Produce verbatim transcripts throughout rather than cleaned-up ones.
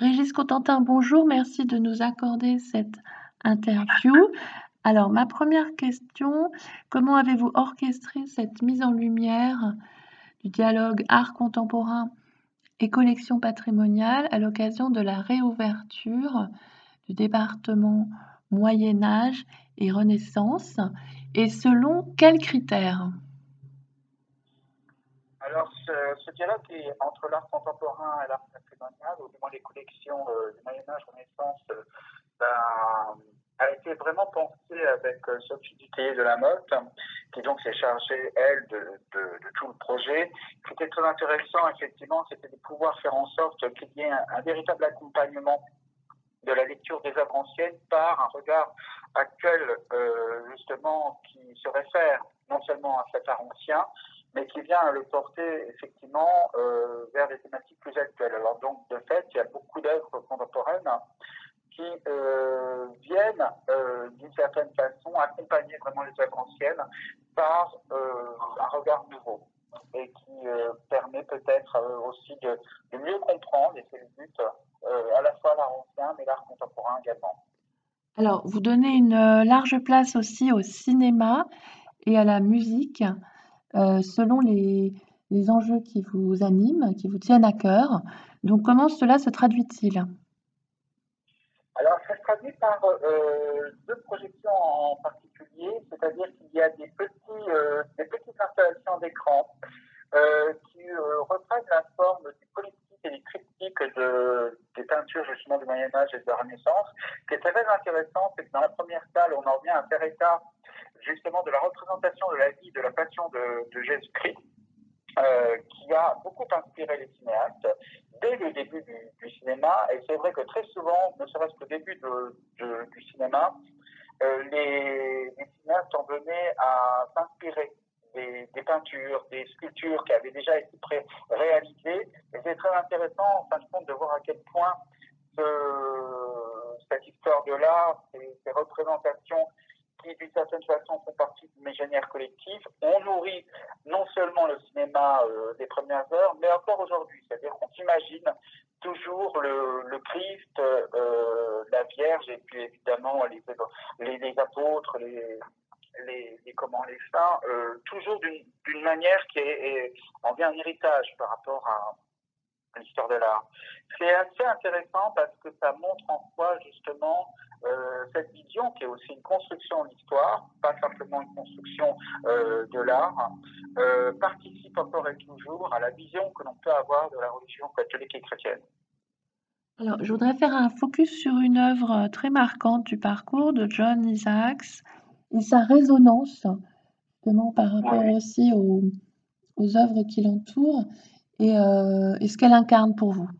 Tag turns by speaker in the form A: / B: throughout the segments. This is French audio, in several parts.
A: Régis Cotentin, bonjour, merci de nous accorder cette interview. Alors, ma première question, comment avez-vous orchestré cette mise en lumière du dialogue art contemporain et collection patrimoniale à l'occasion de la réouverture du département Moyen Âge et Renaissance, et selon quels critères?
B: Alors, ce, ce dialogue est entre l'art contemporain et l'art patrimonial, ou du moins les collections euh, du Moyen-Âge, Renaissance, euh, ben, a été vraiment pensé avec euh, Sophie Dutheillet de la Motte, qui donc s'est chargée, elle, de, de, de tout le projet. Ce qui était très intéressant, effectivement, c'était de pouvoir faire en sorte qu'il y ait un, un véritable accompagnement de la lecture des œuvres anciennes par un regard actuel, euh, justement, qui se réfère non seulement à cet art ancien, mais qui vient à le porter effectivement euh, vers des thématiques plus actuelles. Alors donc, de fait, il y a beaucoup d'œuvres contemporaines qui euh, viennent euh, d'une certaine façon accompagner vraiment les œuvres anciennes par euh, un regard nouveau et qui euh, permet peut-être euh, aussi de, de mieux comprendre, et c'est le but, euh, à la fois l'art ancien mais l'art contemporain également.
A: Alors, vous donnez une euh, large place aussi au cinéma et à la musique, euh, selon les, les enjeux qui vous animent, qui vous tiennent à cœur. Donc, comment cela se traduit-il?
B: Alors, ça se traduit par euh, deux projections en particulier, c'est-à-dire qu'il y a des, petits, euh, des petites installations d'écran euh, qui euh, reprennent la forme du polyptyque et du triptyque de, des peintures justement du Moyen-Âge et de la Renaissance. Ce qui est très intéressant, c'est que dans la première salle, on en vient à faire état justement de la représentation de la vie, de la passion de, de Jésus-Christ. Euh, qui a beaucoup inspiré les cinéastes dès le début du, du cinéma. Et c'est vrai que très souvent, ne serait-ce qu'au début de, de, du cinéma, euh, les, les cinéastes en venaient à s'inspirer des, des peintures, des sculptures qui avaient déjà été pré- réalisées. Et c'est très intéressant, en fin de compte, de voir à quel point ce, cette histoire de l'art, ces, ces représentations qui, d'une certaine façon, font partie d'une imaginaire collectif, ont nourri non seulement le cinéma euh, des premières heures, mais encore aujourd'hui. C'est-à-dire qu'on s'imagine toujours le, le Christ, euh, la Vierge, et puis évidemment les, les, les apôtres, les, les, les, comment, les saints, euh, toujours d'une manière qui est, est en bien un héritage par rapport à l'histoire de l'art. C'est assez intéressant parce que ça montre en soi justement euh, cette vision qui est aussi une construction de l'histoire, pas simplement une construction euh, de l'art, euh, participe encore et toujours à la vision que l'on peut avoir de la religion catholique et chrétienne.
A: Alors, je voudrais faire un focus sur une œuvre très marquante du parcours de John Isaacs et sa résonance, justement par rapport
B: Oui,
A: aussi aux, aux œuvres qui l'entourent et, euh, et ce qu'elle incarne pour vous.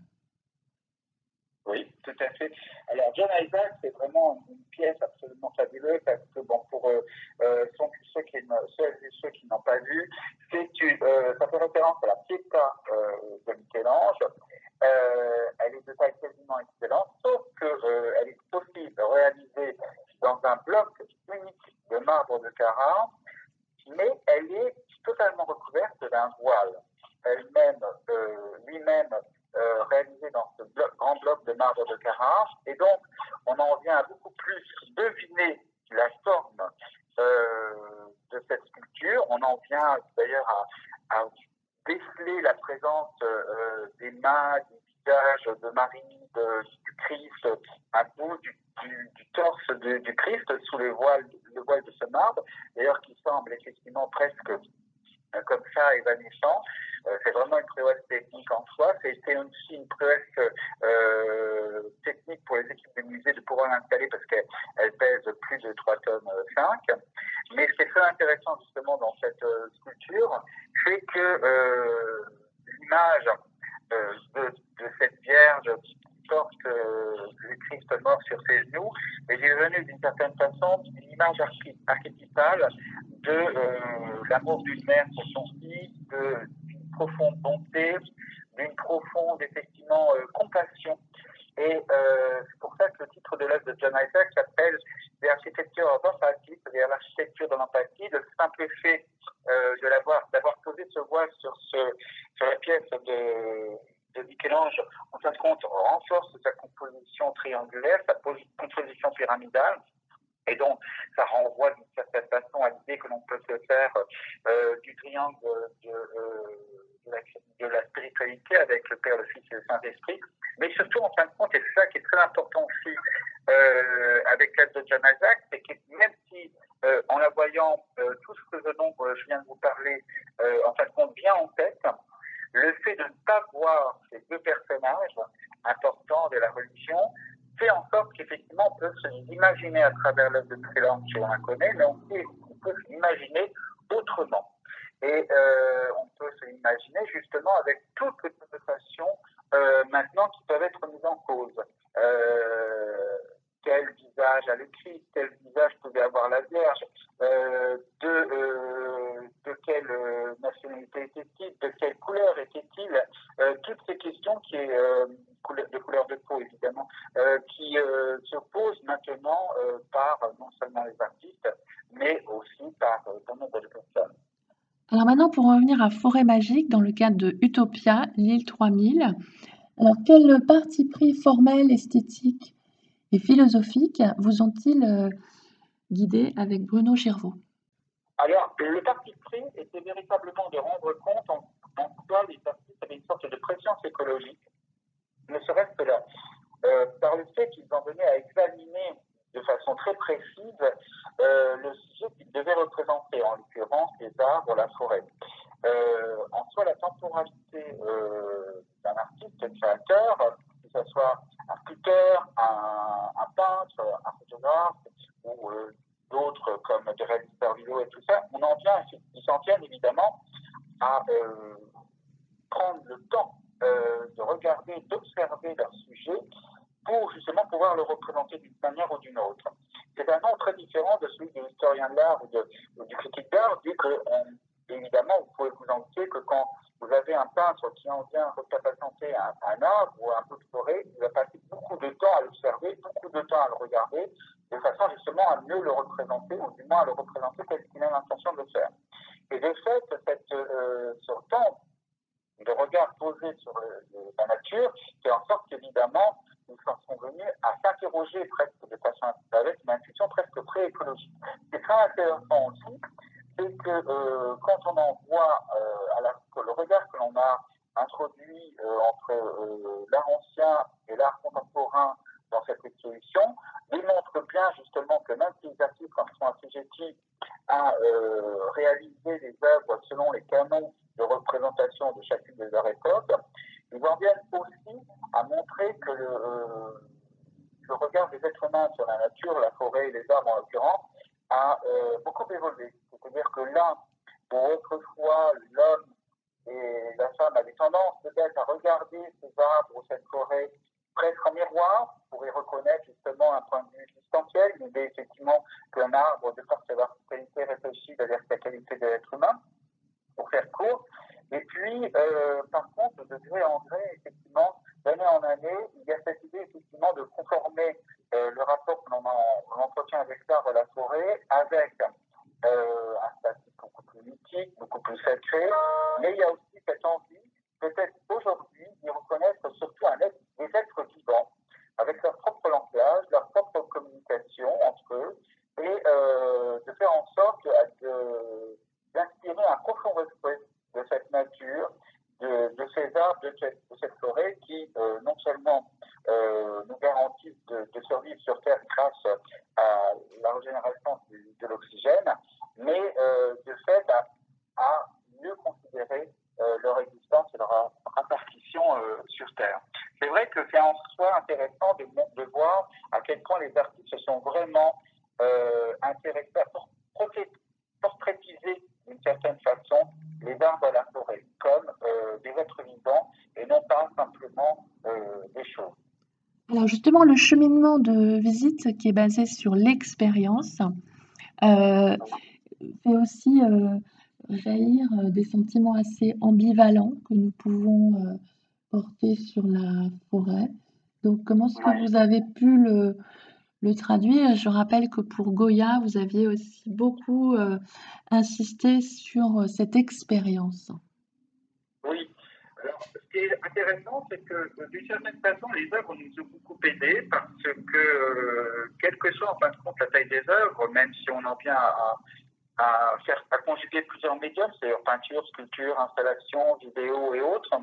B: oui, tout à fait. Alors, John Isaac, c'est vraiment une pièce absolument fabuleuse parce que, bon, pour euh, euh, ceux, qui, ceux et ceux qui n'ont pas vu, c'est euh, ça fait référence à la Pietà euh, de Michel-Ange. Euh, elle est de taille quasiment excellente, sauf qu'elle euh, est possible de réaliser dans un bloc unique de marbre de Carrare, mais elle est totalement recouverte d'un voile. Elle-même, euh, lui-même, euh, réalisé dans ce bloc, grand bloc de marbre de Carrare. Et donc, on en vient à beaucoup plus deviner la forme euh, de cette sculpture. On en vient d'ailleurs à, à déceler la présence euh, des mains, du visage de Marie, de, du Christ, un bout du, du, du torse de, du Christ sous le voile, le voile de ce marbre, d'ailleurs qui semble effectivement presque euh, comme ça évanescent. Euh, c'est vraiment une prouesse technique en soi. C'était aussi une prouesse euh, technique pour les équipes de musée de pouvoir l'installer parce qu'elle pèse plus de trois tonnes cinq. Mais ce qui est très intéressant justement dans cette euh, sculpture, c'est que euh, l'image euh, de, de cette Vierge qui porte euh, le Christ mort sur ses genoux est devenue d'une certaine façon une image archi- archétypale de euh, l'amour d'une mère pour son fils, d'une profonde bonté, d'une profonde, effectivement, euh, compassion. Et euh, c'est pour ça que le titre de l'œuvre de John Isaac s'appelle The Architecture of Empathy, c'est-à-dire l'architecture de l'empathie, le simple fait euh, de l'avoir, d'avoir posé ce voile sur, ce, sur la pièce de, de Michel-Ange, en fin de compte, renforce sa composition triangulaire, sa composition pyramidale. Et donc, ça renvoie d'une certaine façon à l'idée que l'on peut se faire euh, du triangle de, euh, de, la, de la spiritualité avec le Père, le Fils et le Saint-Esprit. Mais surtout, en fin de compte, et c'est ça qui est très important aussi euh, avec l'aide de John Isaac, c'est que même si, euh, en la voyant, euh, tout ce que je, donc, je viens de vous parler, euh, en fin de compte, vient en tête, le fait de ne pas voir ces deux personnages importants de la religion fait en sorte qu'effectivement on peut s'imaginer à travers l'œuvre de Michel-Ange, si on la connaît, mais on peut, on peut s'imaginer autrement. Et euh, on peut s'imaginer justement avec toutes les connotations euh, maintenant qui peuvent être mises en cause. Euh, quel visage a le Christ, quel visage pouvait avoir la Vierge, euh, de, euh, de quelle nationalité était-il, de quelle couleur était-il, euh, toutes ces questions qui est euh, de couleur de peau évidemment, euh, qui euh, se posent maintenant euh, par non seulement les artistes, mais aussi par euh, bon nombre de personnes.
A: Alors maintenant, pour revenir à Forêt Magique, dans le cadre de Utopia, l'île trois mille, alors quel parti pris formel, esthétique et philosophique vous ont-ils euh, guidé avec Bruno Girvaud?
B: Alors, le parti pris était véritablement de rendre compte en, en quoi les artistes avaient une sorte de pression écologique, ne serait-ce que là, euh, par le fait qu'ils en venaient à examiner de façon très précise euh, le sujet qu'ils devaient représenter, en l'occurrence les arbres, la forêt. Euh, en soi, la temporalité euh, d'un artiste créateur, que ce soit un sculpteur, un, un peintre, un photographe ou euh, d'autres comme des réalisateurs vidéo et tout ça, on en vient, ils s'en tiennent évidemment à euh, prendre le temps euh, de regarder, d'observer leur sujet pour justement pouvoir le représenter d'une manière ou d'une autre. C'est un nom très différent de celui de l'historien de l'art ou, de, ou du critique d'art, vu que, on, évidemment, vous pouvez vous en douter que quand vous avez un peintre qui en vient représenter un, un arbre ou un peu de forêt, il va passer beaucoup de temps à l'observer, beaucoup de temps à le regarder, de façon justement à mieux le représenter, ou du moins à le représenter tel qu'il a l'intention de le faire. Et de fait, cette, euh, ce temps de regard posé sur le, le, la nature fait en sorte qu'évidemment, ils sont venus à s'interroger presque de façon avec une intuition presque pré-écologique. Ce qui est très intéressant aussi, c'est que euh, quand on en voit euh, à la, que le regard que l'on a introduit euh, entre euh, l'art ancien et l'art contemporain dans cette exposition, démontre bien justement que même si les artistes sont assujettis à euh, réaliser des œuvres selon les canons de représentation de chacune des arts époques, ils en viennent aussi à montrer que le, euh, le regard des êtres humains sur la nature, la forêt et les arbres en l'occurrence, a euh, beaucoup évolué. C'est-à-dire que là, où autrefois l'homme et la femme avaient tendance peut-être à regarder ces arbres ou cette forêt presque en miroir pour y reconnaître justement un point de vue existentiel, l'idée effectivement qu'un arbre, de par sa verticalité, réfléchit à la qualité de l'être humain, pour faire court. Et puis, euh, par contre, de gré en gré, effectivement, d'année en année, il y a cette idée, effectivement, de conformer euh, le rapport que l'on entretient avec l'arbre et la forêt avec euh, un statut beaucoup plus mythique, beaucoup plus sacré. Mais il y a aussi cette envie, peut-être aujourd'hui, d'y reconnaître surtout un être, des êtres vivants, avec leur propre langage, leur propre communication entre eux, et euh, de faire en sorte de d'inspirer un profond respect de cette nature, de, de ces arbres, de cette, de cette forêt qui euh, non seulement euh, nous garantissent de, de survivre sur Terre grâce à la régénération du, de l'oxygène, mais euh, de fait à, à mieux considérer euh, leur existence et leur répartition euh, sur Terre. C'est vrai que c'est en soi intéressant de, de voir à quel point les artistes se sont vraiment euh, intéressés à portraitiser d'une certaine façon les arbres et la forêt comme euh, des êtres vivants et non pas simplement euh, des choses.
A: Alors justement, le cheminement de visite qui est basé sur l'expérience euh, fait aussi euh, jaillir des sentiments assez ambivalents que nous pouvons euh, porter sur la forêt. Donc comment est-ce que vous avez pu le, le traduire? Je rappelle que pour Goya, vous aviez aussi beaucoup euh, insisté sur cette expérience.
B: Oui, alors qui est intéressant, c'est que d'une certaine façon, les œuvres nous ont beaucoup aidés parce que, euh, quelle que soit en fin de compte la taille des œuvres, même si on en vient à, à faire à conjuguer plusieurs médiums, c'est-à-dire peinture, sculpture, installation, vidéo et autres,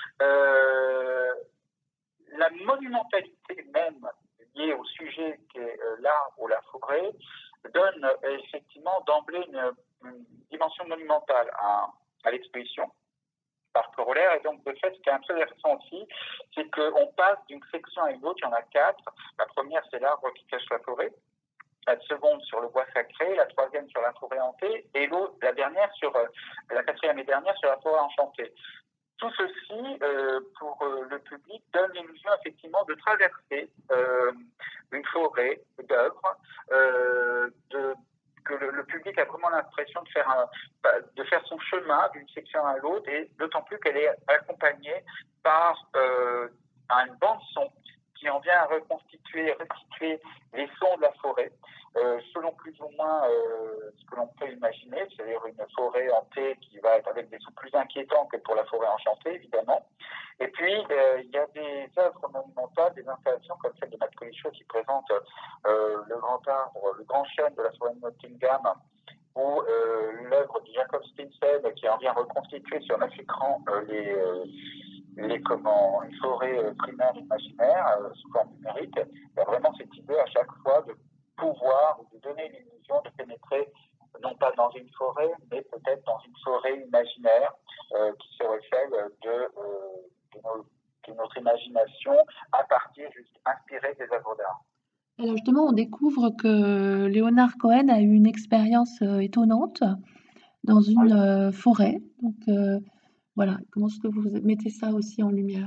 B: euh, la monumentalité même liée au sujet qui est euh, l'arbre ou la forêt donne euh, effectivement d'emblée une, une dimension monumentale à, à l'exposition par corollaire. Et donc, de fait, ce qui est intéressant aussi, c'est qu'on passe d'une section à une autre, il y en a quatre. La première, c'est l'arbre qui cache la forêt. La seconde sur le bois sacré, la troisième sur la forêt hantée, et l'autre, la dernière sur, euh, la quatrième et dernière sur la forêt enchantée. Tout ceci, euh, pour euh, le public, donne l'illusion effectivement de traverser euh, une forêt d'œuvres, euh, de que le, le public a vraiment l'impression de faire, un, de faire son chemin d'une section à l'autre, et d'autant plus qu'elle est accompagnée par euh, une bande son qui en vient à reconstituer, restituer les sons de la forêt, euh, selon plus ou moins euh, ce que l'on peut imaginer, c'est-à-dire une forêt hantée qui va être avec des sons plus inquiétants que pour la forêt enchantée, évidemment. Et puis, euh, il y a des œuvres monumentales, des installations comme celle de Matt Colichot qui présente euh, le grand arbre, le grand chêne de la forêt de Nottingham, ou euh, l'œuvre de Jacob Stinson qui en vient reconstituer sur neuf écrans euh, les, euh, les, comment, les forêts euh, primaires imaginaires euh, sous forme numérique. Il y a vraiment cette idée à chaque fois de pouvoir ou de donner l'illusion de pénétrer non pas dans une forêt, mais peut-être dans une forêt imaginaire euh, qui serait celle de, euh, de, nos, de notre imagination à partir, juste inspirée des œuvres d'art.
A: Alors justement, on découvre que Leonard Cohen a eu une expérience euh, étonnante dans une euh, forêt. Donc euh, voilà, comment est-ce que vous mettez ça aussi en lumière?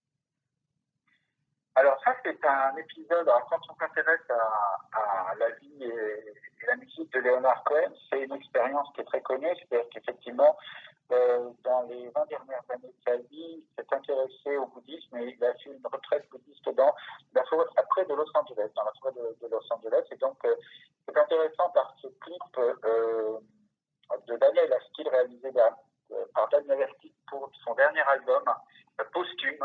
B: Alors ça, c'est un épisode, alors quand on s'intéresse à, à la vie et, et la musique de Leonard Cohen, c'est une expérience qui est très connue, c'est-à-dire qu'effectivement, euh, dans les vingt dernières années de sa vie, il s'est intéressé au bouddhisme et il a fait une retraite bouddhiste dans la forêt près de Los Angeles, dans la forêt de, de Los Angeles. Et donc, euh, c'est intéressant par ce clip euh, de Daniel Astill réalisé par, euh, par Daniel Astill pour son dernier album euh, posthume.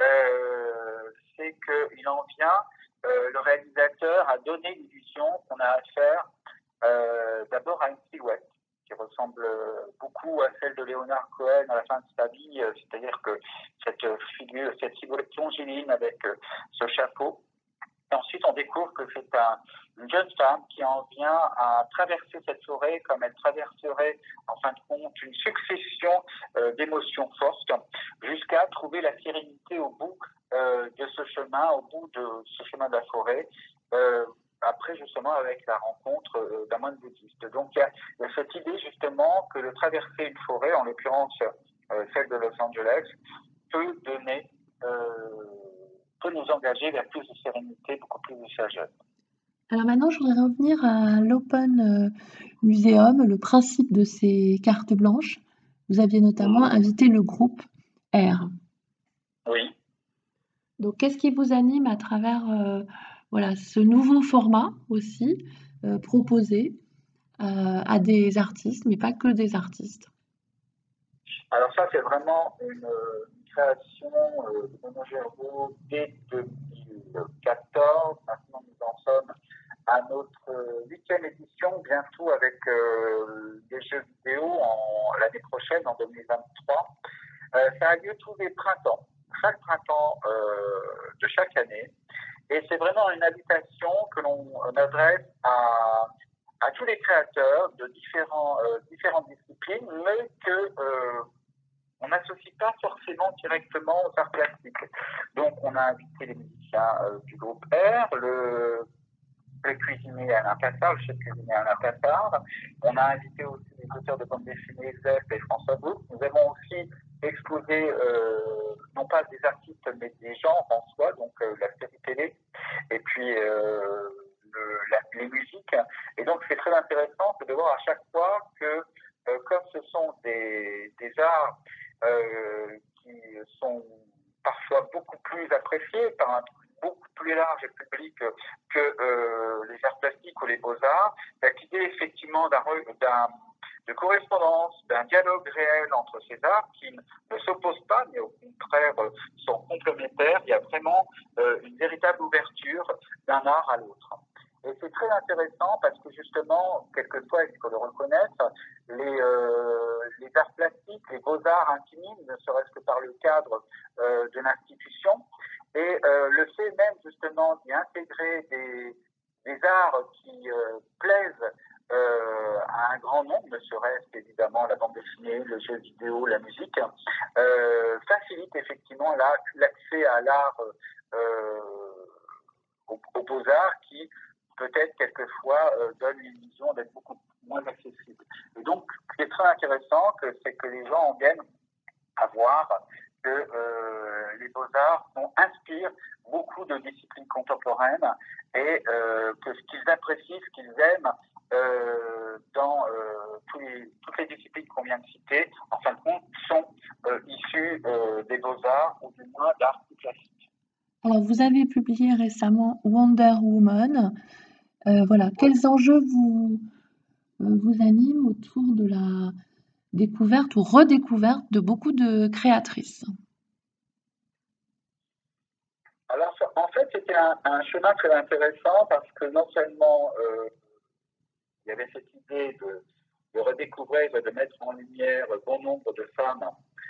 B: Euh, c'est qu'il en vient, euh, le réalisateur a donné l'illusion qu'on a affaire euh, d'abord à une silhouette qui ressemble beaucoup à celle de Leonard Cohen à la fin de sa vie, euh, c'est-à-dire que cette figure, cette silhouette longiligne avec euh, ce chapeau. Et ensuite, on découvre que c'est un, une jeune femme qui en vient à traverser cette forêt comme elle traverserait, en fin de compte, une succession euh, d'émotions fortes jusqu'à trouver la sérénité au bout euh, de ce chemin, au bout de ce chemin de la forêt, euh, après justement avec la rencontre euh, d'un moine bouddhiste. Donc, il y, a, il y a cette idée justement que de traverser une forêt, en l'occurrence euh, celle de Los Angeles, peut donner... Euh, peut nous engager vers plus de sérénité, beaucoup plus de sagesse.
A: Alors maintenant, je voudrais revenir à l'Open euh, Museum, le principe de ces cartes blanches. Vous aviez notamment mmh. invité le groupe R.
B: Oui.
A: Donc, qu'est-ce qui vous anime à travers euh, voilà, ce nouveau format aussi euh, proposé euh, à des artistes, mais pas que des artistes?
B: Alors ça, c'est vraiment une, une création euh, de Mono Gerbeau dès deux mille quatorze. Maintenant, nous en sommes à notre huitième édition, bientôt avec euh, des jeux vidéo en, l'année prochaine, en deux mille vingt-trois. Euh, ça a lieu tous les printemps, chaque printemps euh, de chaque année. Et c'est vraiment une invitation que l'on adresse à, à tous les créateurs de différents, euh, différentes disciplines, mais que euh, on n'associe pas forcément directement aux arts plastiques. Donc, on a invité les musiciens euh, du groupe R, le, le cuisinier Alain Cassard, le chef cuisinier Alain Cassard. On a invité aussi les auteurs de bande dessinée Zep et François Bouc. Nous avons aussi exposé, euh, non pas des artistes, mais des genres en soi, donc euh, la série télé, et puis euh, le, la, les musiques. Et donc, c'est très intéressant de voir à chaque fois que, euh, comme ce sont des, des arts Euh, qui sont parfois beaucoup plus appréciés par un beaucoup plus large public que euh, les arts plastiques ou les beaux-arts, l'idée effectivement d'un, d'un, de correspondance, d'un dialogue réel entre ces arts qui ne s'opposent pas, mais au contraire euh, sont complémentaires. Il y a vraiment euh, une véritable ouverture d'un art à l'autre. Et c'est très intéressant parce que justement, quelquefois, il faut le reconnaître, les, euh, les arts plastiques, les beaux-arts intimisent, ne serait-ce que par le cadre euh, de l'institution. Et euh, le fait même justement d'y intégrer des, des arts qui euh, plaisent euh, à un grand nombre, ne serait-ce qu'évidemment la bande dessinée, le jeu vidéo, la musique, euh, facilite effectivement l'accès à l'art euh, aux, aux beaux-arts qui peut-être quelquefois euh, donne l'illusion d'être beaucoup moins accessible. Et donc, ce qui est très intéressant, c'est que les gens en viennent à voir que euh, les beaux-arts inspirent beaucoup de disciplines contemporaines et euh, que ce qu'ils apprécient, ce qu'ils aiment euh, dans euh, tous les, toutes les disciplines qu'on vient de citer, en fin de compte, sont euh, issus euh, des beaux-arts ou du moins d'art plus classique.
A: Alors, vous avez publié récemment Wonder Woman. Euh, voilà, quels enjeux vous, euh, vous animent autour de la découverte ou redécouverte de beaucoup de créatrices?
B: Alors, en fait, c'était un, un chemin très intéressant parce que non seulement euh, il y avait cette idée de, de redécouvrir et de mettre en lumière bon nombre de femmes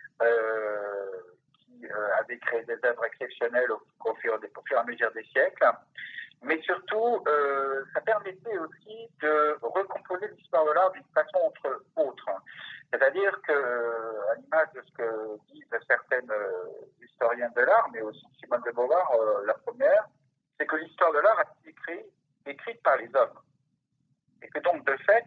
B: euh, qui euh, avaient créé des œuvres exceptionnelles au, au, fur, au fur et à mesure des siècles, mais surtout, euh, ça permettait aussi de recomposer l'histoire de l'art d'une façon autre. autre. C'est-à-dire que, à l'image de ce que disent certaines euh, historiennes de l'art, mais aussi Simone de Beauvoir, euh, la première, c'est que l'histoire de l'art a été écrite, écrite par les hommes. Et que donc, de fait,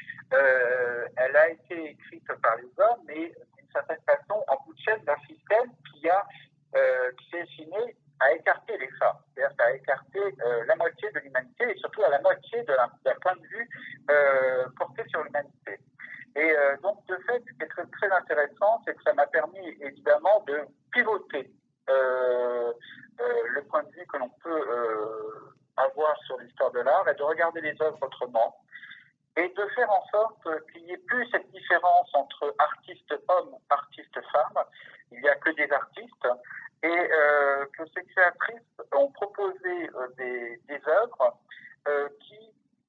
B: euh, elle a été écrite par les hommes, mais d'une certaine façon, en bout de chaîne d'un système qui a, euh, qui s'est destiné à écarter les femmes, c'est-à-dire à écarter euh, la moitié de l'humanité et surtout à la moitié d'un point de vue euh, porté sur l'humanité. Et euh, donc, de fait, ce qui est très, très intéressant, c'est que ça m'a permis évidemment de pivoter euh, euh, le point de vue que l'on peut euh, avoir sur l'histoire de l'art et de regarder les œuvres autrement et de faire en sorte qu'il n'y ait plus cette différence entre artistes hommes, artistes femmes. Il n'y a que des artistes et euh, que ces créatrices ont proposé euh, des, des œuvres euh, qui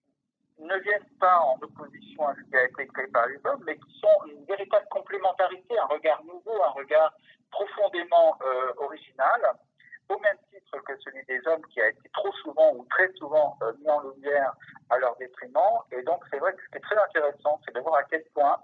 B: ne viennent pas en opposition à ce qui a été créé par les hommes, mais qui sont une véritable complémentarité, un regard nouveau, un regard profondément euh, original, au même titre que celui des hommes qui a été trop souvent ou très souvent euh, mis en lumière à leur détriment. Et donc, c'est vrai que ce qui est très intéressant, c'est de voir à quel point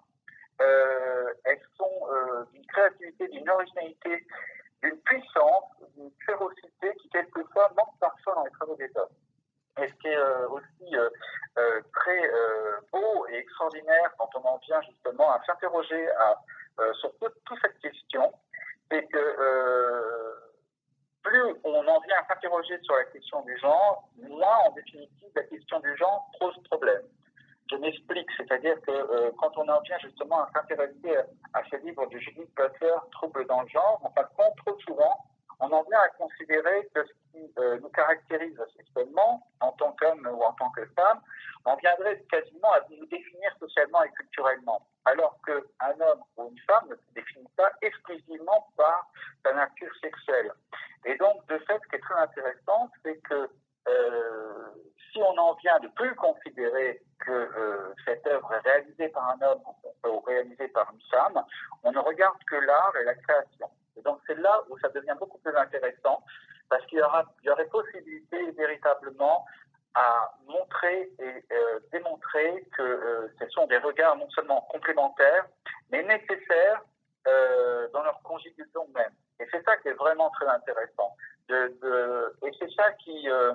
B: euh, elles sont euh, d'une créativité, d'une originalité, d'une puissance, d'une férocité qui, quelquefois, manque parfois dans les travaux des hommes. Et ce qui est euh, aussi euh, euh, très euh, beau et extraordinaire quand on en vient justement à s'interroger euh, sur toute, toute cette question, c'est que euh, plus on en vient à s'interroger sur la question du genre, moins en définitive la question du genre pose problème. Je m'explique, c'est-à-dire que euh, quand on en vient justement à s'intéresser à, à ce livre de Judith Butler, Troubles dans le genre, en fin de compte, trop souvent, on en vient à considérer que ce qui euh, nous caractérise sexuellement, en tant qu'homme ou en tant que femme, on viendrait quasiment à nous définir socialement et culturellement. Alors qu'un homme ou une femme ne se définit pas exclusivement par sa nature sexuelle. Et donc, de fait, ce qui est très intéressant, c'est que euh, si on en vient de plus considérer que euh, cette œuvre est réalisée par un homme ou réalisée par une femme, on ne regarde que l'art et la création. Et donc, c'est là où ça devient beaucoup plus intéressant, parce qu'il y aura, il y aurait possibilité véritablement à montrer et euh, démontrer que euh, ce sont des regards non seulement complémentaires, mais nécessaires euh, dans leur conjugaison même. Et c'est ça qui est vraiment très intéressant. De, de, et c'est ça qui euh,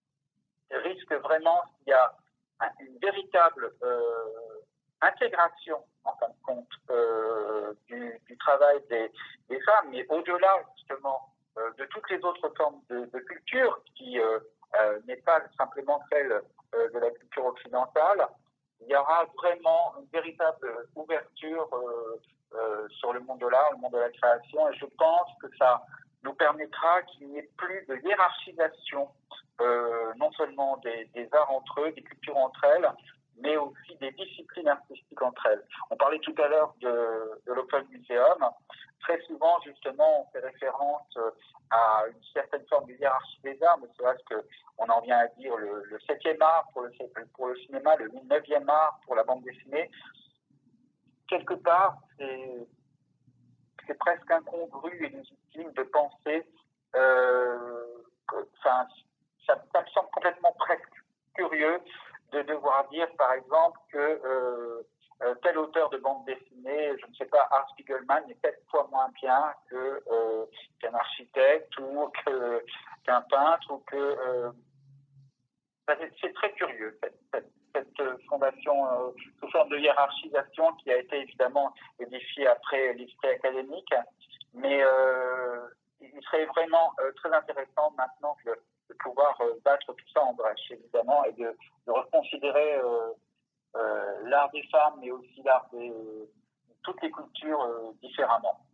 B: risque vraiment, s'il y a un, une véritable euh, intégration, en fin de compte, euh, du, du travail des, des femmes, mais au-delà, justement, euh, de toutes les autres formes de, de culture, qui euh, euh, n'est pas simplement celle euh, de la culture occidentale, il y aura vraiment une véritable ouverture euh, euh, sur le monde de l'art, le monde de la création, et je pense que ça nous permettra qu'il n'y ait plus de hiérarchisation, euh, non seulement des, des arts entre eux, des cultures entre elles, mais aussi des disciplines artistiques entre elles. On parlait tout à l'heure de, de l'Open Museum. Très souvent, justement, on fait référence à une certaine forme de hiérarchie des arts, mais c'est vrai qu'on en vient à dire le, le septième art pour le, pour le cinéma, le neuvième art pour la bande dessinée. Quelque part, c'est, c'est presque incongru et légitime de penser, euh, que, enfin, ça, ça me semble complètement presque curieux de devoir dire, par exemple, que euh, euh, tel auteur de bande dessinée, je ne sais pas, Art Spiegelman, est sept fois moins bien que, euh, qu'un architecte ou que, qu'un peintre ou que... Euh, c'est très curieux, cette, cette, cette fondation euh, sous forme de hiérarchisation qui a été évidemment édifiée après l'esprit académique, mais euh, il serait vraiment euh, très intéressant maintenant de, de pouvoir euh, battre tout ça en brèche, évidemment, et de, de reconsidérer euh, euh, l'art des femmes, mais aussi l'art des toutes les cultures euh, différemment.